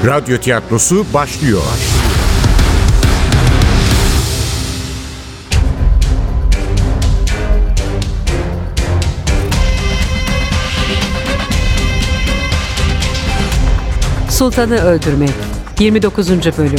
Radyo tiyatrosu başlıyor. Sultanı Öldürmek 29. Bölüm.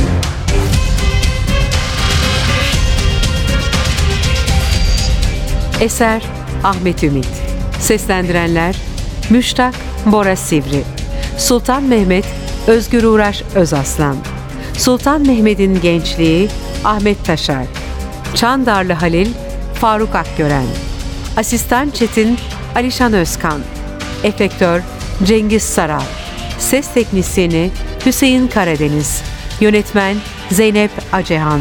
Eser Ahmet Ümit. Seslendirenler Müştak Bora Sivri, Sultan Mehmet Özgür Uğraş Özaslan, Sultan Mehmet'in gençliği Ahmet Taşar, Çandarlı Halil Faruk Akgören, Asistan Çetin Alişan Özkan, Efektör Cengiz Saral, Ses Teknisyeni Hüseyin Karadeniz, Yönetmen Zeynep Acehan.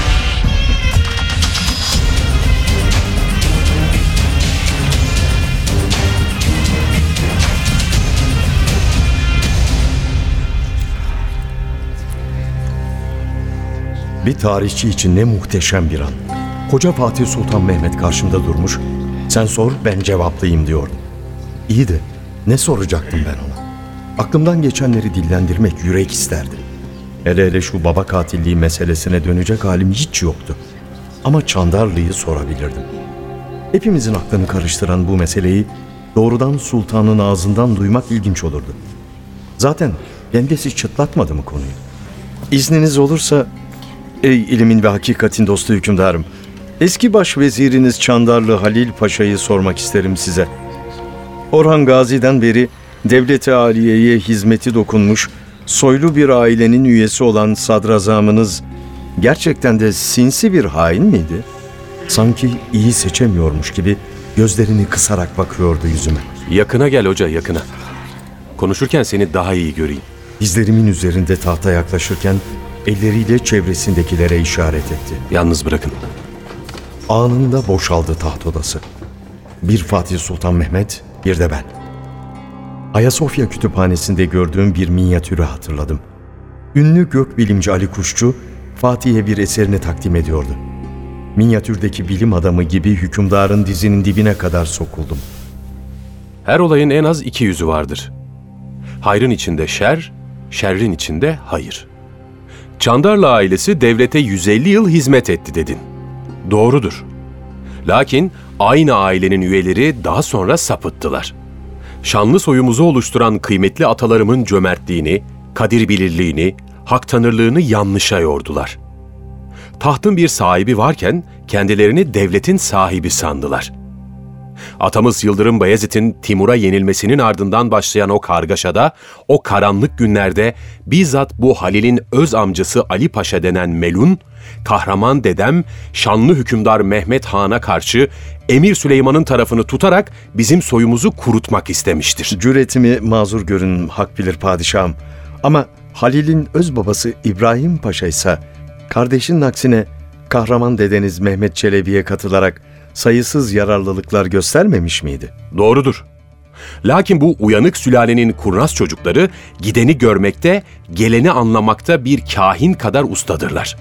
Bir tarihçi için ne muhteşem bir an. Koca Fatih Sultan Mehmet karşımda durmuş, "Sen sor, ben cevaplayayım" diyordu. İyi de ne soracaktım ben ona? Aklımdan geçenleri dillendirmek yürek isterdi. Hele şu baba katilliği meselesine dönecek halim hiç yoktu. Ama Çandarlı'yı sorabilirdim. Hepimizin aklını karıştıran bu meseleyi doğrudan sultanın ağzından duymak ilginç olurdu. Zaten kendisi çıtlatmadı mı konuyu? İzniniz olursa, ey ilimin ve hakikatin dostu hükümdarım, eski başveziriniz Çandarlı Halil Paşa'yı sormak isterim size. Orhan Gazi'den beri Devlet-i Aliye'ye hizmeti dokunmuş, soylu bir ailenin üyesi olan sadrazamınız gerçekten de sinsi bir hain miydi? Sanki iyi seçemiyormuş gibi gözlerini kısarak bakıyordu yüzüme. Yakına gel hoca, yakına. Konuşurken seni daha iyi göreyim. Dizlerimin üzerinde tahta yaklaşırken elleriyle çevresindekilere işaret etti. Yalnız bırakın. Anında boşaldı taht odası. Bir Fatih Sultan Mehmet, bir de ben. Ayasofya Kütüphanesi'nde gördüğüm bir minyatürü hatırladım. Ünlü gökbilimci Ali Kuşçu, Fatih'e bir eserini takdim ediyordu. Minyatürdeki bilim adamı gibi hükümdarın dizinin dibine kadar sokuldum. Her olayın en az iki yüzü vardır. Hayrın içinde şer, şerrin içinde hayır. Çandarlı ailesi devlete 150 yıl hizmet etti dedin. Doğrudur. Lakin aynı ailenin üyeleri daha sonra sapıttılar. Şanlı soyumuzu oluşturan kıymetli atalarımın cömertliğini, kadir bilirliğini, hak tanırlığını yanlışa yordular. Tahtın bir sahibi varken kendilerini devletin sahibi sandılar. Atamız Yıldırım Bayezid'in Timur'a yenilmesinin ardından başlayan o kargaşada, o karanlık günlerde bizzat bu Halil'in öz amcası Ali Paşa denen Melun, kahraman dedem şanlı hükümdar Mehmet Han'a karşı Emir Süleyman'ın tarafını tutarak bizim soyumuzu kurutmak istemiştir. Cüretimi mazur görün hak bilir padişahım. Ama Halil'in öz babası İbrahim Paşa ise kardeşinin aksine kahraman dedeniz Mehmet Çelebi'ye katılarak sayısız yararlılıklar göstermemiş miydi? Doğrudur. Lakin bu uyanık sülalenin kurnaz çocukları gideni görmekte, geleni anlamakta bir kahin kadar ustadırlar.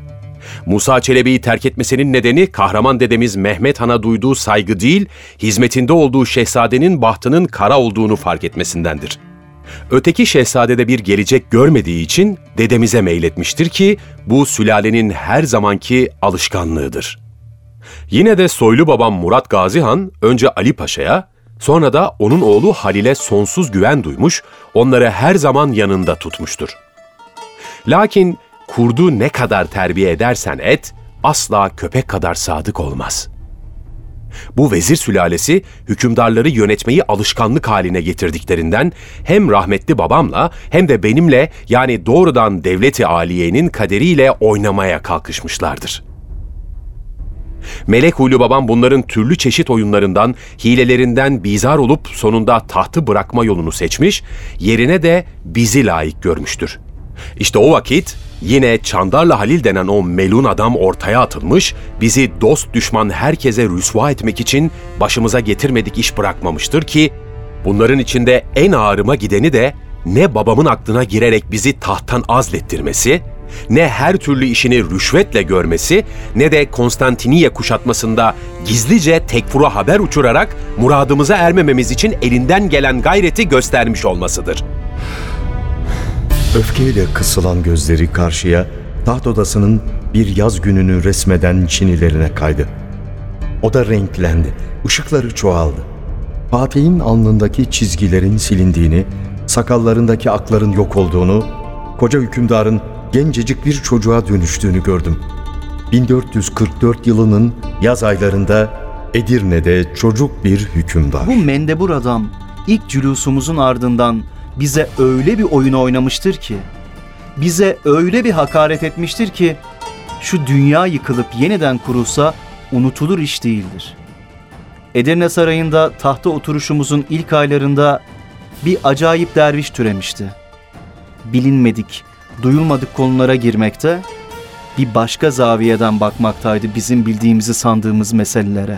Musa Çelebi'yi terk etmesinin nedeni kahraman dedemiz Mehmet Han'a duyduğu saygı değil, hizmetinde olduğu şehzadenin bahtının kara olduğunu fark etmesindendir. Öteki şehzadede bir gelecek görmediği için dedemize meyletmiştir ki bu sülalenin her zamanki alışkanlığıdır. Yine de soylu babam Murat Gazi Han önce Ali Paşa'ya, sonra da onun oğlu Halil'e sonsuz güven duymuş, onları her zaman yanında tutmuştur. Lakin kurdu ne kadar terbiye edersen et, asla köpek kadar sadık olmaz. Bu vezir sülalesi hükümdarları yönetmeyi alışkanlık haline getirdiklerinden hem rahmetli babamla hem de benimle, yani doğrudan Devlet-i Aliye'nin kaderiyle oynamaya kalkışmışlardır. Melek huylu babam bunların türlü çeşit oyunlarından, hilelerinden bizar olup sonunda tahtı bırakma yolunu seçmiş, yerine de bizi layık görmüştür. İşte o vakit yine Çandarlı Halil denen o melun adam ortaya atılmış, bizi dost düşman herkese rüsva etmek için başımıza getirmedik iş bırakmamıştır ki, bunların içinde en ağrıma gideni de ne babamın aklına girerek bizi tahttan azlettirmesi, ne her türlü işini rüşvetle görmesi, ne de Konstantiniye kuşatmasında gizlice tekfura haber uçurarak muradımıza ermememiz için elinden gelen gayreti göstermiş olmasıdır. Öfkeyle kısılan gözleri karşıya, taht odasının bir yaz gününü resmeden çinilerine kaydı. Oda renklendi, ışıkları çoğaldı. Fatih'in alnındaki çizgilerin silindiğini, sakallarındaki akların yok olduğunu, koca hükümdarın gencecik bir çocuğa dönüştüğünü gördüm. 1444 yılının yaz aylarında Edirne'de çocuk bir hükümdar. Bu mendebur adam ilk cülusumuzun ardından bize öyle bir oyun oynamıştır ki, bize öyle bir hakaret etmiştir ki, şu dünya yıkılıp yeniden kurulsa unutulur iş değildir. Edirne Sarayı'nda tahta oturuşumuzun ilk aylarında bir acayip derviş türemişti. Bilinmedik, duyulmadık konulara girmekte, bir başka zaviyeden bakmaktaydı bizim bildiğimizi sandığımız meselelere.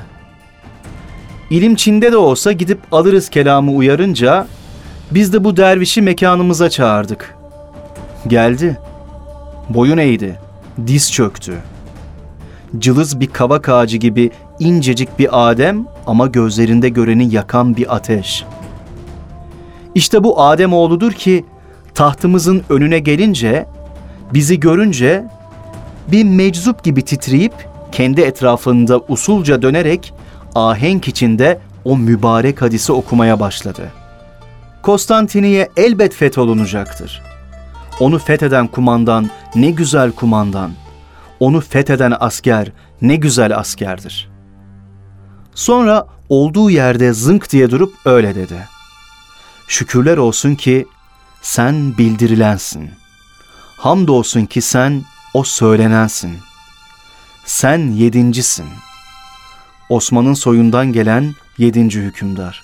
İlim Çin'de de olsa gidip alırız kelamı uyarınca, biz de bu dervişi mekanımıza çağırdık. Geldi, boyun eğdi, diz çöktü. Cılız bir kavak ağacı gibi incecik bir Adem ama gözlerinde göreni yakan bir ateş. İşte bu Adem oğludur ki tahtımızın önüne gelince, bizi görünce bir meczup gibi titreyip kendi etrafında usulca dönerek ahenk içinde o mübarek hadisi okumaya başladı. Konstantiniye elbet fetholunacaktır. Onu fetheden kumandan ne güzel kumandan, onu fetheden asker ne güzel askerdir. Sonra olduğu yerde zınk diye durup öyle dedi. Şükürler olsun ki sen bildirilensin. Hamdolsun ki sen o söylenensin. Sen yedincisin. Osman'ın soyundan gelen 7. hükümdar.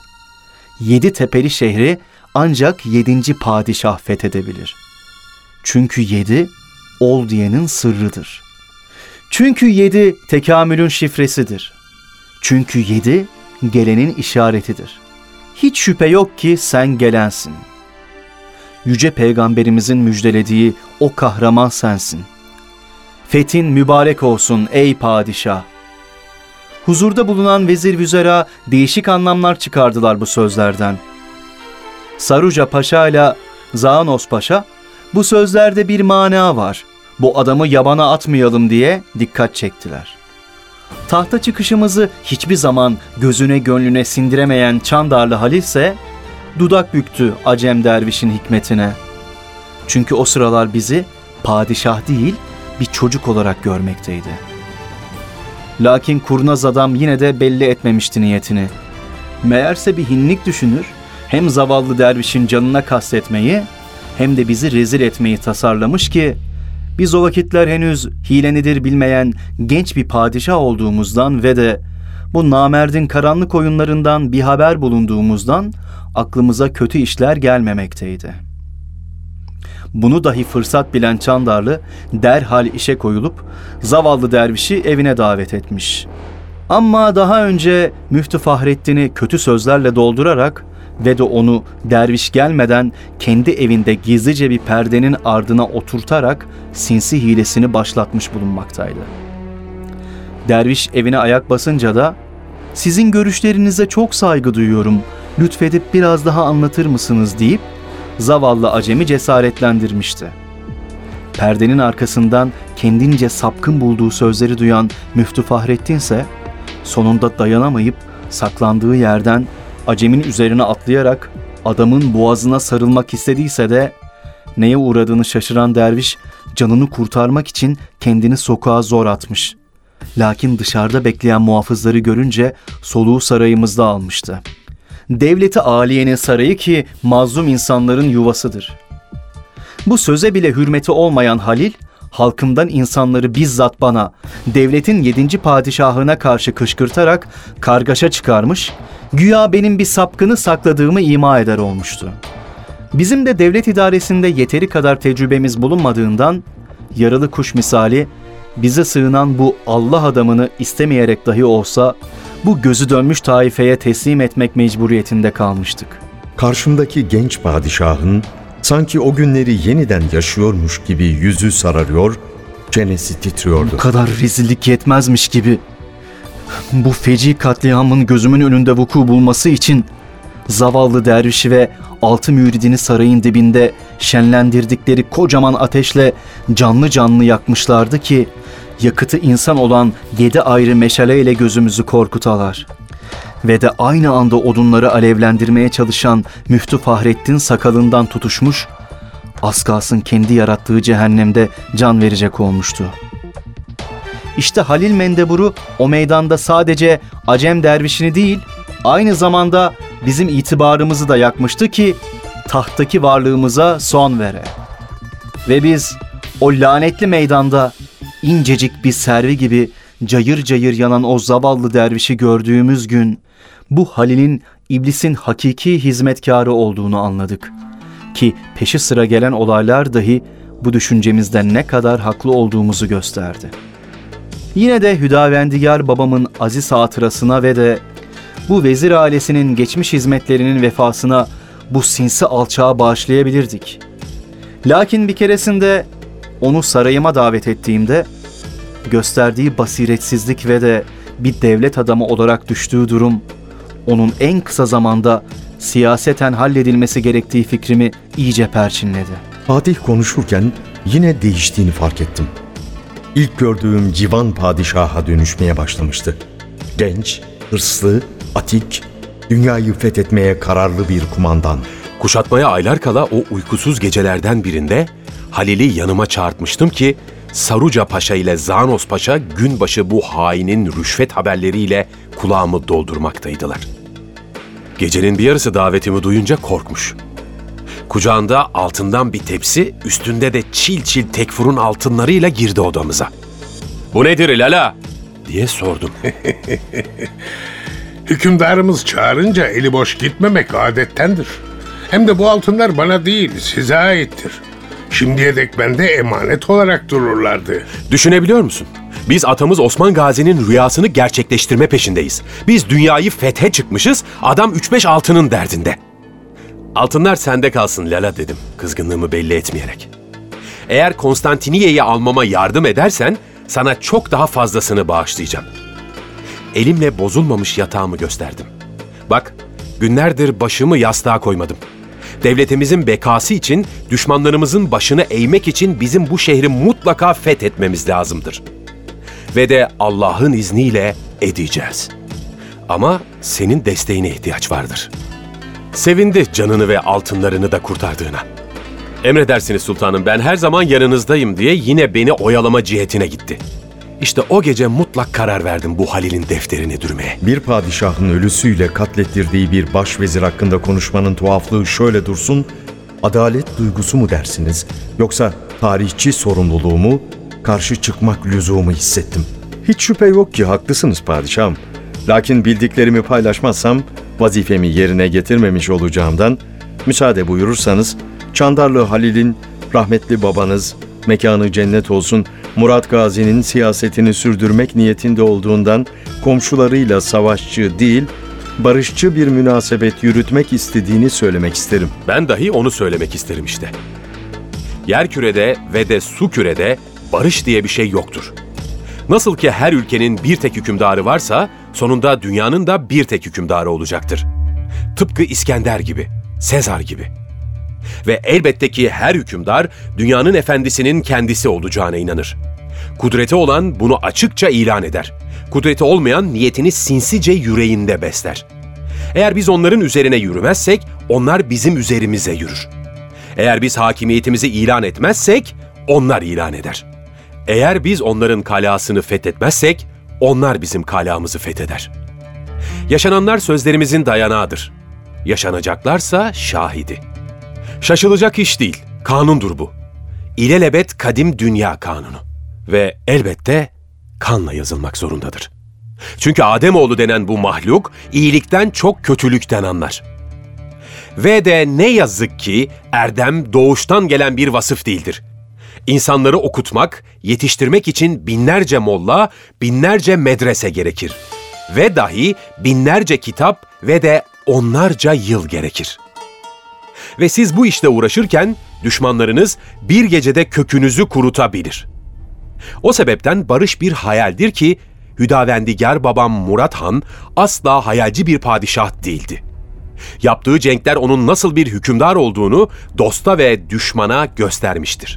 7 tepeli şehri ancak 7. padişah fethedebilir. Çünkü 7 ol diyenin sırrıdır. Çünkü 7 tekamülün şifresidir. Çünkü 7 gelenin işaretidir. Hiç şüphe yok ki sen gelensin. Yüce Peygamberimizin müjdelediği o kahraman sensin. Fethin mübarek olsun ey padişah. Huzurda bulunan vezir vüzera değişik anlamlar çıkardılar bu sözlerden. Saruca Paşa ile Zaanos Paşa, bu sözlerde bir mana var, bu adamı yabana atmayalım diye dikkat çektiler. Tahta çıkışımızı hiçbir zaman gözüne gönlüne sindiremeyen Çandarlı Halil ise dudak büktü Acem dervişin hikmetine. Çünkü o sıralar bizi padişah değil bir çocuk olarak görmekteydi. Lakin kurnaz adam yine de belli etmemişti niyetini. Meğerse bir hinlik düşünür, hem zavallı dervişin canına kastetmeyi hem de bizi rezil etmeyi tasarlamış ki biz o vakitler henüz hile nedir bilmeyen genç bir padişah olduğumuzdan ve de bu namerdin karanlık oyunlarından bir haber bulunduğumuzdan aklımıza kötü işler gelmemekteydi. Bunu dahi fırsat bilen Çandarlı derhal işe koyulup zavallı dervişi evine davet etmiş. Ama daha önce Müftü Fahrettin'i kötü sözlerle doldurarak ve de onu derviş gelmeden kendi evinde gizlice bir perdenin ardına oturtarak sinsi hilesini başlatmış bulunmaktaydı. Derviş evine ayak basınca da "Sizin görüşlerinize çok saygı duyuyorum, lütfedip biraz daha anlatır mısınız?" deyip zavallı Acem'i cesaretlendirmişti. Perdenin arkasından kendince sapkın bulduğu sözleri duyan Müftü Fahrettin ise sonunda dayanamayıp saklandığı yerden Acem'in üzerine atlayarak adamın boğazına sarılmak istediyse de neye uğradığını şaşıran derviş canını kurtarmak için kendini sokağa zor atmış. Lakin dışarıda bekleyen muhafızları görünce soluğu sarayımızda almıştı. Devleti âliyenin sarayı ki mazlum insanların yuvasıdır. Bu söze bile hürmeti olmayan Halil, halkımdan insanları bizzat bana, devletin 7. padişahına karşı kışkırtarak kargaşa çıkarmış, güya benim bir sapkını sakladığımı ima eder olmuştu. Bizim de devlet idaresinde yeteri kadar tecrübemiz bulunmadığından, yaralı kuş misali, bize sığınan bu Allah adamını istemeyerek dahi olsa, bu gözü dönmüş taifeye teslim etmek mecburiyetinde kalmıştık. Karşımdaki genç padişahın sanki o günleri yeniden yaşıyormuş gibi yüzü sararıyor, çenesi titriyordu. Bu kadar rezillik yetmezmiş gibi bu feci katliamın gözümün önünde vuku bulması için zavallı dervişi ve 6 müridini sarayın dibinde şenlendirdikleri kocaman ateşle canlı canlı yakmışlardı ki yakıtı insan olan 7 ayrı meşaleyle gözümüzü korkutalar. Ve de aynı anda odunları alevlendirmeye çalışan Müftü Fahrettin sakalından tutuşmuş, az kalsın kendi yarattığı cehennemde can verecek olmuştu. İşte Halil Mendeburu o meydanda sadece Acem dervişini değil, aynı zamanda bizim itibarımızı da yakmıştı ki tahttaki varlığımıza son vere. Ve biz o lanetli meydanda incecik bir servi gibi cayır cayır yanan o zavallı dervişi gördüğümüz gün bu Halil'in iblisin hakiki hizmetkarı olduğunu anladık. Ki peşi sıra gelen olaylar dahi bu düşüncemizden ne kadar haklı olduğumuzu gösterdi. Yine de Hüdavendigar babamın aziz hatırasına ve de bu vezir ailesinin geçmiş hizmetlerinin vefasına bu sinsi alçağı bağışlayabilirdik. Lakin bir keresinde onu sarayıma davet ettiğimde gösterdiği basiretsizlik ve de bir devlet adamı olarak düştüğü durum onun en kısa zamanda siyaseten halledilmesi gerektiği fikrimi iyice perçinledi. Fatih konuşurken yine değiştiğini fark ettim. İlk gördüğüm civan padişaha dönüşmeye başlamıştı. Genç, hırslı, atik, dünyayı fethetmeye kararlı bir kumandan. Kuşatmaya aylar kala o uykusuz gecelerden birinde Halil'i yanıma çağırtmıştım ki Saruca Paşa ile Zanos Paşa günbaşı bu hainin rüşvet haberleriyle kulağımı doldurmaktaydılar. Gecenin bir yarısı davetimi duyunca korkmuş. Kucağında altından bir tepsi, üstünde de çil çil tekfurun altınlarıyla girdi odamıza. "Bu nedir Lala?" diye sordum. Hükümdarımız çağırınca eli boş gitmemek adettendir. Hem de bu altınlar bana değil, size aittir. Şimdiye dek bende emanet olarak dururlardı. Düşünebiliyor musun? Biz atamız Osman Gazi'nin rüyasını gerçekleştirme peşindeyiz. Biz dünyayı fethe çıkmışız, adam 3-5 altının derdinde. "Altınlar sende kalsın Lala," dedim kızgınlığımı belli etmeyerek. "Eğer Konstantiniye'yi almama yardım edersen sana çok daha fazlasını bağışlayacağım." Elimle bozulmamış yatağımı gösterdim. "Bak, günlerdir başımı yastığa koymadım. Devletimizin bekası için, düşmanlarımızın başını eğmek için bizim bu şehri mutlaka fethetmemiz lazımdır. Ve de Allah'ın izniyle edeceğiz. Ama senin desteğine ihtiyaç vardır." Sevindi canını ve altınlarını da kurtardığına. "Emredersiniz sultanım, ben her zaman yanınızdayım," diye yine beni oyalama cihetine gitti. İşte o gece mutlak karar verdim bu Halil'in defterini dürmeye. Bir padişahın ölüsüyle katlettirdiği bir başvezir hakkında konuşmanın tuhaflığı şöyle dursun, adalet duygusu mu dersiniz, yoksa tarihçi sorumluluğu mu, karşı çıkmak lüzumu hissettim. Hiç şüphe yok ki haklısınız padişahım. Lakin bildiklerimi paylaşmazsam vazifemi yerine getirmemiş olacağımdan, müsaade buyurursanız Çandarlı Halil'in rahmetli babanız, mekanı cennet olsun, Murat Gazi'nin siyasetini sürdürmek niyetinde olduğundan komşularıyla savaşçı değil, barışçı bir münasebet yürütmek istediğini söylemek isterim. Ben dahi onu söylemek isterim işte. Yerkürede ve de su kürede barış diye bir şey yoktur. Nasıl ki her ülkenin bir tek hükümdarı varsa, sonunda dünyanın da bir tek hükümdarı olacaktır. Tıpkı İskender gibi, Sezar gibi. Ve elbette ki her hükümdar dünyanın efendisinin kendisi olacağına inanır. Kudreti olan bunu açıkça ilan eder. Kudreti olmayan niyetini sinsice yüreğinde besler. Eğer biz onların üzerine yürümezsek, onlar bizim üzerimize yürür. Eğer biz hakimiyetimizi ilan etmezsek, onlar ilan eder. Eğer biz onların kalasını fethetmezsek, onlar bizim kalamızı fetheder. Yaşananlar sözlerimizin dayanağıdır. Yaşanacaklarsa şahidi. Şaşılacak iş değil, kanundur bu. İlelebet kadim dünya kanunu. Ve elbette kanla yazılmak zorundadır. Çünkü Ademoğlu denen bu mahluk iyilikten çok kötülükten anlar. Ve de ne yazık ki erdem doğuştan gelen bir vasıf değildir. İnsanları okutmak, yetiştirmek için binlerce molla, binlerce medrese gerekir. Ve dahi binlerce kitap ve de onlarca yıl gerekir. Ve siz bu işte uğraşırken düşmanlarınız bir gecede kökünüzü kurutabilir. O sebepten barış bir hayaldir ki Hüdavendigar babam Murat Han asla hayalci bir padişah değildi. Yaptığı cenkler onun nasıl bir hükümdar olduğunu dosta ve düşmana göstermiştir.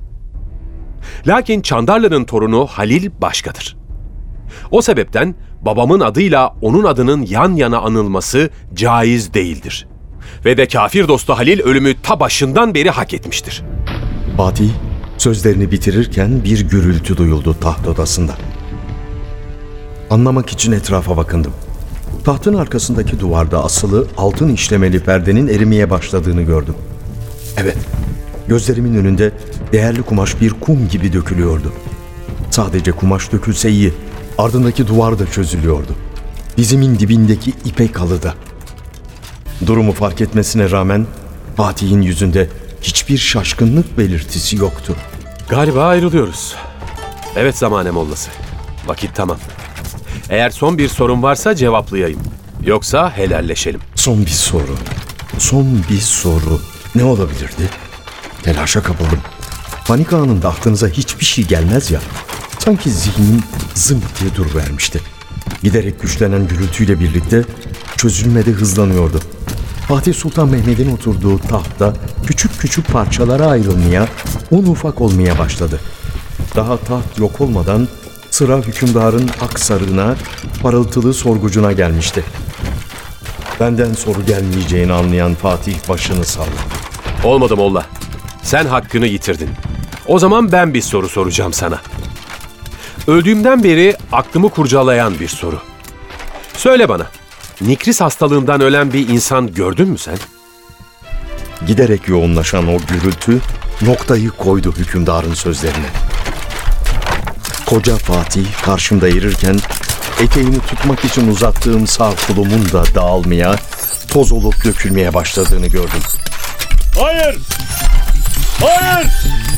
Lakin Çandarlı'nın torunu Halil başkadır. O sebepten babamın adıyla onun adının yan yana anılması caiz değildir. Ve de kafir dostu Halil ölümü ta başından beri hak etmiştir. Fatih sözlerini bitirirken bir gürültü duyuldu taht odasında. Anlamak için etrafa bakındım. Tahtın arkasındaki duvarda asılı altın işlemeli perdenin erimeye başladığını gördüm. Evet, gözlerimin önünde değerli kumaş bir kum gibi dökülüyordu. Sadece kumaş dökülse iyi, ardındaki duvar da çözülüyordu. Dizimin dibindeki ipek halıda. Durumu fark etmesine rağmen Fatih'in yüzünde hiçbir şaşkınlık belirtisi yoktu. Galiba ayrılıyoruz. Evet Zamane Mollası. Vakit tamam. Eğer son bir sorun varsa cevaplayayım. Yoksa helalleşelim. Son bir soru. Son bir soru. Ne olabilirdi? Telaşa kapıldım. Panik anında aklınıza hiçbir şey gelmez ya. Sanki zihnim zımp diye duruvermişti. Giderek güçlenen gürültüyle birlikte çözülmede hızlanıyordu. Fatih Sultan Mehmet'in oturduğu tahta küçük küçük parçalara ayrılmaya, un ufak olmaya başladı. Daha taht yok olmadan sıra hükümdarın aksarığına, parıltılı sorgucuna gelmişti. Benden soru gelmeyeceğini anlayan Fatih başını salladı. Olmadı Molla. Sen hakkını yitirdin. O zaman ben bir soru soracağım sana. Öldüğümden beri aklımı kurcalayan bir soru. Söyle bana, Nikris hastalığından ölen bir insan gördün mü sen? Giderek yoğunlaşan o gürültü noktayı koydu hükümdarın sözlerine. Koca Fatih karşımda erirken eteğini tutmak için uzattığım sağ kolumun da dağılmaya, toz olup dökülmeye başladığını gördüm. Hayır! Hayır!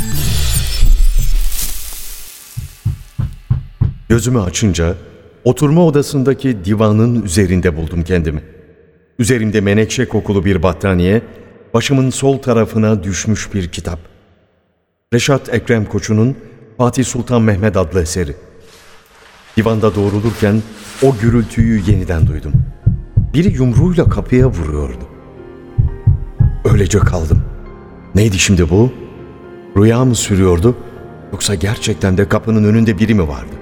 Gözümü açınca oturma odasındaki divanın üzerinde buldum kendimi. Üzerimde menekşe kokulu bir battaniye, başımın sol tarafına düşmüş bir kitap. Reşat Ekrem Koçu'nun Fatih Sultan Mehmet adlı eseri. Divanda doğrulurken o gürültüyü yeniden duydum. Biri yumruğuyla kapıya vuruyordu. Öylece kaldım. Neydi şimdi bu? Rüya mı sürüyordu? Yoksa gerçekten de kapının önünde biri mi vardı?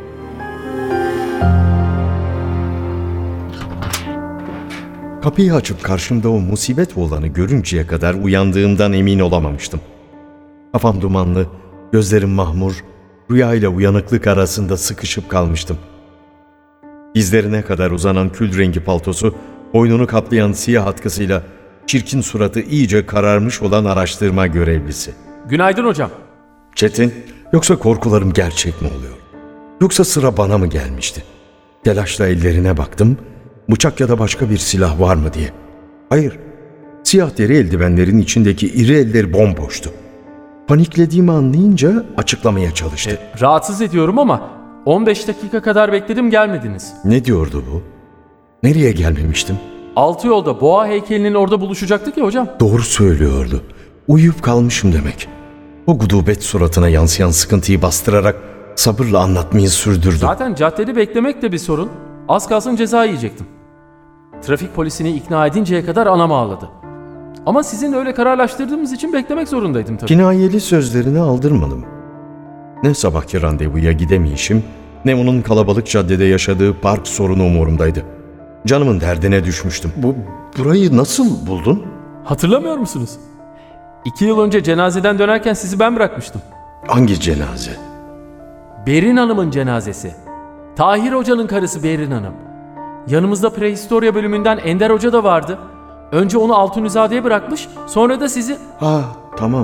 Kapıyı açıp karşımda o musibet olanı görünceye kadar uyandığımdan emin olamamıştım. Kafam dumanlı, gözlerim mahmur, rüya ile uyanıklık arasında sıkışıp kalmıştım. Dizlerine kadar uzanan kül rengi paltosu, boynunu kaplayan siyah atkısıyla çirkin suratı iyice kararmış olan araştırma görevlisi. Günaydın hocam. Çetin, yoksa korkularım gerçek mi oluyor? Yoksa sıra bana mı gelmişti? Telaşla ellerine baktım, bıçak ya da başka bir silah var mı diye. Hayır, siyah deri eldivenlerin içindeki iri eller bomboştu. Paniklediğimi anlayınca açıklamaya çalıştı. Rahatsız ediyorum ama 15 dakika kadar bekledim, gelmediniz. Ne diyordu bu? Nereye gelmemiştim? Altı yolda boğa heykelinin orada buluşacaktık ya hocam. Doğru söylüyordu. Uyuyup kalmışım demek. O gudubet suratına yansıyan sıkıntıyı bastırarak sabırla anlatmayı sürdürdü. Zaten caddede beklemek de bir sorun. Az kalsın ceza yiyecektim. Trafik polisini ikna edinceye kadar anam ağladı. Ama sizin öyle kararlaştırdığımız için beklemek zorundaydım tabii. Kinayeli sözlerini aldırmadım. Ne sabahki randevuya gidemeyişim, ne onun kalabalık caddede yaşadığı park sorunu umurumdaydı. Canımın derdine düşmüştüm. Burayı nasıl buldun? Hatırlamıyor musunuz? 2 yıl önce cenazeden dönerken sizi ben bırakmıştım. Hangi cenaze? Berin Hanım'ın cenazesi. Tahir Hoca'nın karısı Berin Hanım. Yanımızda prehistorya bölümünden Ender Hoca da vardı. Önce onu Altunizade'ye bırakmış, sonra da sizi... Ha, tamam.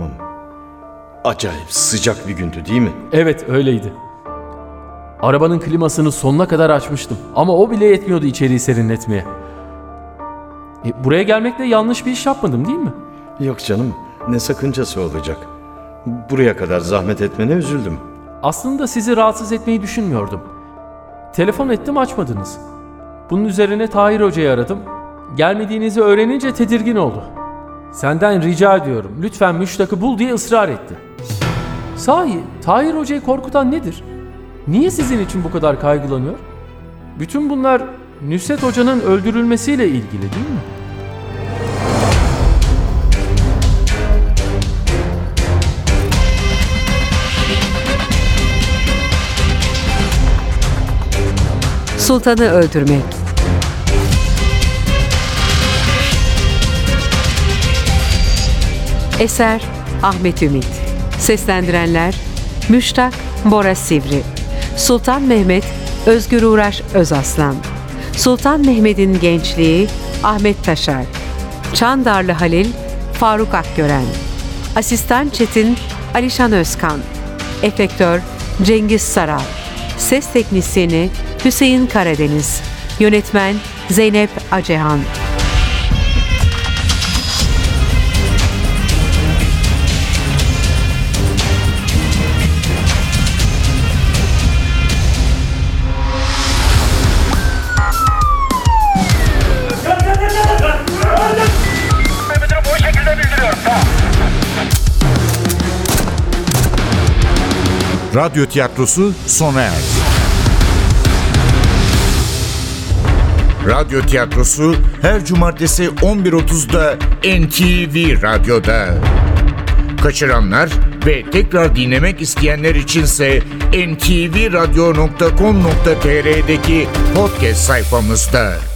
Acayip sıcak bir gündü değil mi? Evet, öyleydi. Arabanın klimasını sonuna kadar açmıştım. Ama o bile yetmiyordu içeriği serinletmeye. Buraya gelmekle yanlış bir iş yapmadım değil mi? Yok canım, ne sakıncası olacak. Buraya kadar zahmet etmene üzüldüm. Aslında sizi rahatsız etmeyi düşünmüyordum. Telefon ettim, açmadınız. Bunun üzerine Tahir Hoca'yı aradım. Gelmediğinizi öğrenince tedirgin oldu. Senden rica ediyorum, lütfen Müştak'ı bul diye ısrar etti. Sahi, Tahir Hoca'yı korkutan nedir? Niye sizin için bu kadar kaygılanıyor? Bütün bunlar Nusret Hoca'nın öldürülmesiyle ilgili değil mi? Sultanı öldürmek. Eser Ahmet Ümit. Seslendirenler Müştak, Bora Sivri. Sultan Mehmet, Özgür Uğraş Özaslan. Sultan Mehmet'in gençliği Ahmet Taşar. Çandarlı Halil, Faruk Akgören. Asistan Çetin, Alişan Özkan. Efektör Cengiz Saral. Ses teknisyeni Hüseyin Karadeniz. Yönetmen Zeynep Acehan. Radyo tiyatrosu sona erdi. Radyo tiyatrosu her cumartesi 11.30'da NTV Radyo'da. Kaçıranlar ve tekrar dinlemek isteyenler içinse ntvradio.com.tr'deki podcast sayfamızda.